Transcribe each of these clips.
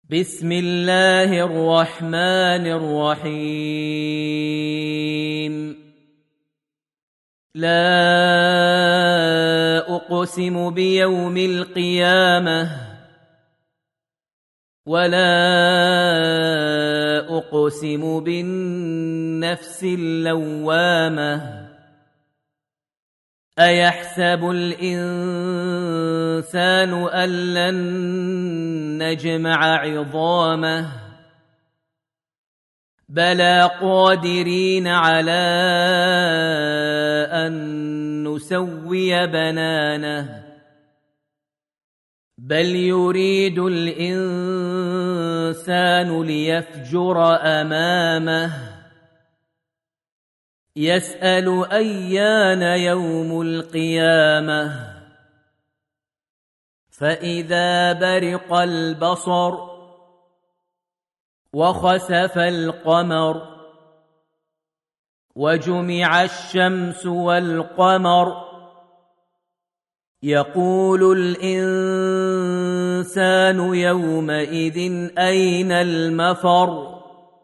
بسم الله الرحمن الرحيم. لا أقسم بيوم القيامة ولا أقسم بالنفس اللوامة. أيحسب الإنسان أن لن نجمع عظامه بلى قادرين على أن نسوي بنانه بل يريد الإنسان ليفجر أمامه يسأل أيان يوم القيامة فإذا برق البصر وخسف القمر وجمع الشمس والقمر يقول الإنسان يومئذ أين المفر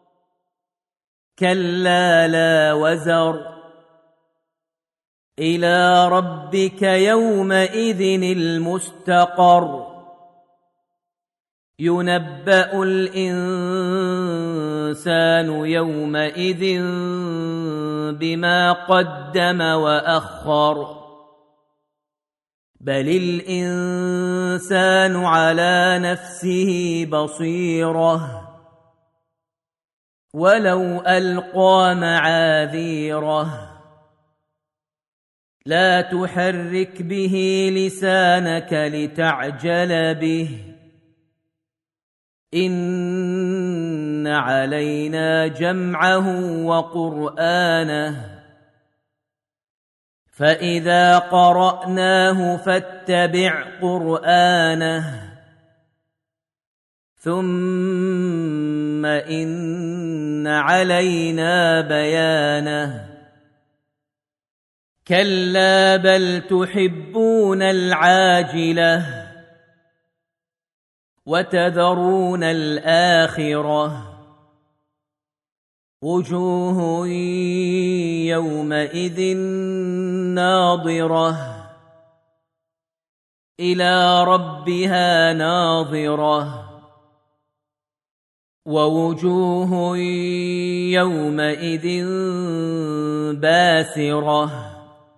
كلا لا وزر إلى ربك يومئذ المستقر ينبأ الإنسان يومئذ بما قدم وأخر بل الإنسان على نفسه بصيرة ولو ألقى معاذيره لا تحرك به لسانك لتعجل به إن علينا جمعه وقرآنه فإذا قرأناه فاتبع قرآنه ثم إن علينا بيانه كلا بل تحبون العاجلة وتذرون الآخرة وجوه يومئذ ناظرة إلى ربها ناظرة ووجوه يومئذ باسرة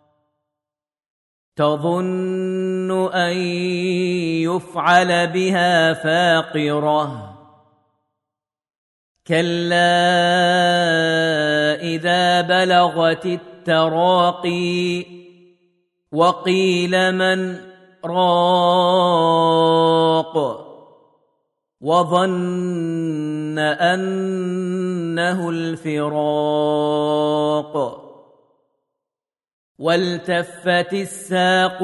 تظن أن يفعل بها فاقرة كلا إذا بلغت التراقي وقيل من راق وظن أنه الفراق والتفت الساق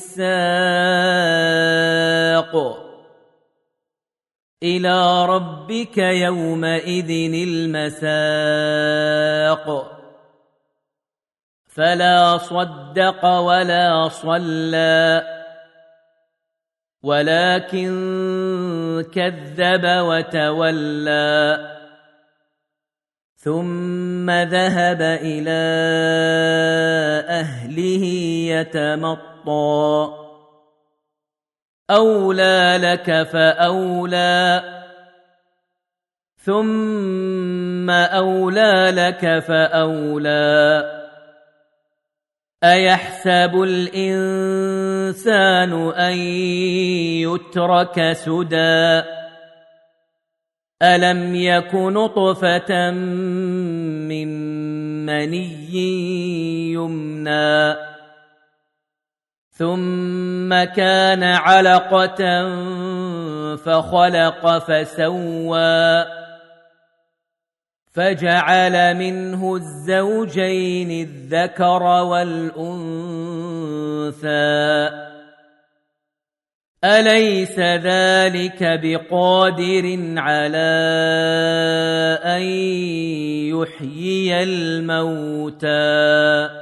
بالساق إلى ربك يومئذ المساق فلا صدق ولا صلى ولكن كذب وتولى ثم ذهب إلى أهله يتمطى أولى لك فأولى ثم أولى لك فأولى أيحسب الإنسان أن يترك سدى ألم يك نطفة من مني يمنى ثم كان علقة فخلق فسوى فجعل منه الزوجين الذكر والأنثى أليس ذلك بقادر على أن يحيي الموتى